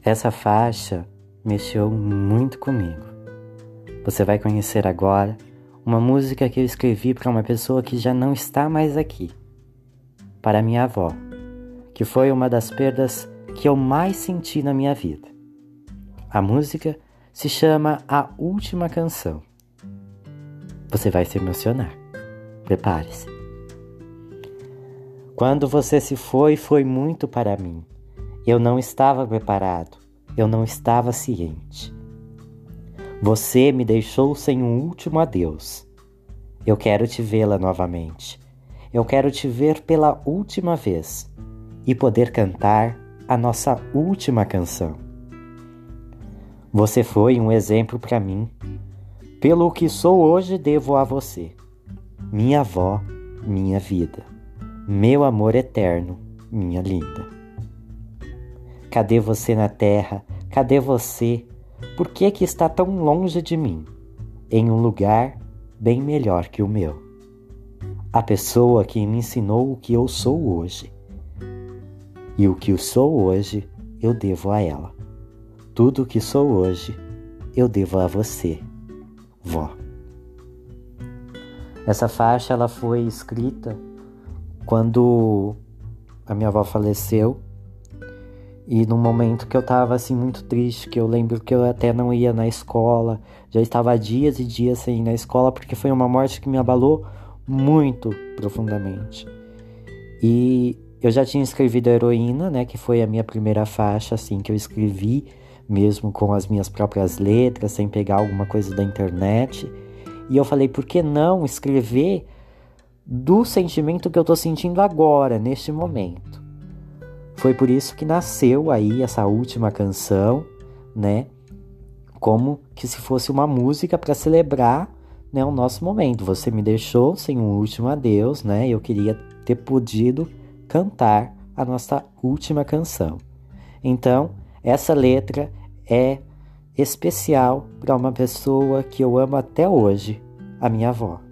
Essa faixa mexeu muito comigo. Você vai conhecer agora uma música que eu escrevi para uma pessoa que já não está mais aqui, para minha avó, que foi uma das perdas que eu mais senti na minha vida. A música se chama A Última Canção. Você vai se emocionar. Prepare-se. Quando você se foi muito para mim. Eu não estava preparado, eu não estava ciente. Você me deixou sem um último adeus. Eu quero te vê-la novamente. Eu quero te ver pela última vez e poder cantar a nossa última canção. Você foi um exemplo para mim. Pelo que sou hoje, devo a você. Minha avó, minha vida. Meu amor eterno, minha linda. Cadê você na terra? Cadê você? Por que está tão longe de mim? Em um lugar bem melhor que o meu. A pessoa que me ensinou o que eu sou hoje. E o que eu sou hoje, eu devo a ela. Tudo o que sou hoje, eu devo a você, vó. Essa faixa ela foi escrita quando a minha avó faleceu. E num momento que eu tava assim muito triste, que eu lembro que eu até não ia na escola, já estava dias e dias sem ir na escola, porque foi uma morte que me abalou muito profundamente. E eu já tinha escrevido a Heroína, né, que foi a minha primeira faixa, assim, que eu escrevi, mesmo com as minhas próprias letras, sem pegar alguma coisa da internet. E eu falei, por que não escrever do sentimento que eu tô sentindo agora, neste momento? Foi por isso que nasceu aí essa última canção, né? Como que se fosse uma música para celebrar, né, o nosso momento. Você me deixou sem um último adeus, né? Eu queria ter podido cantar a nossa última canção. Então, essa letra é especial para uma pessoa que eu amo até hoje, a minha avó.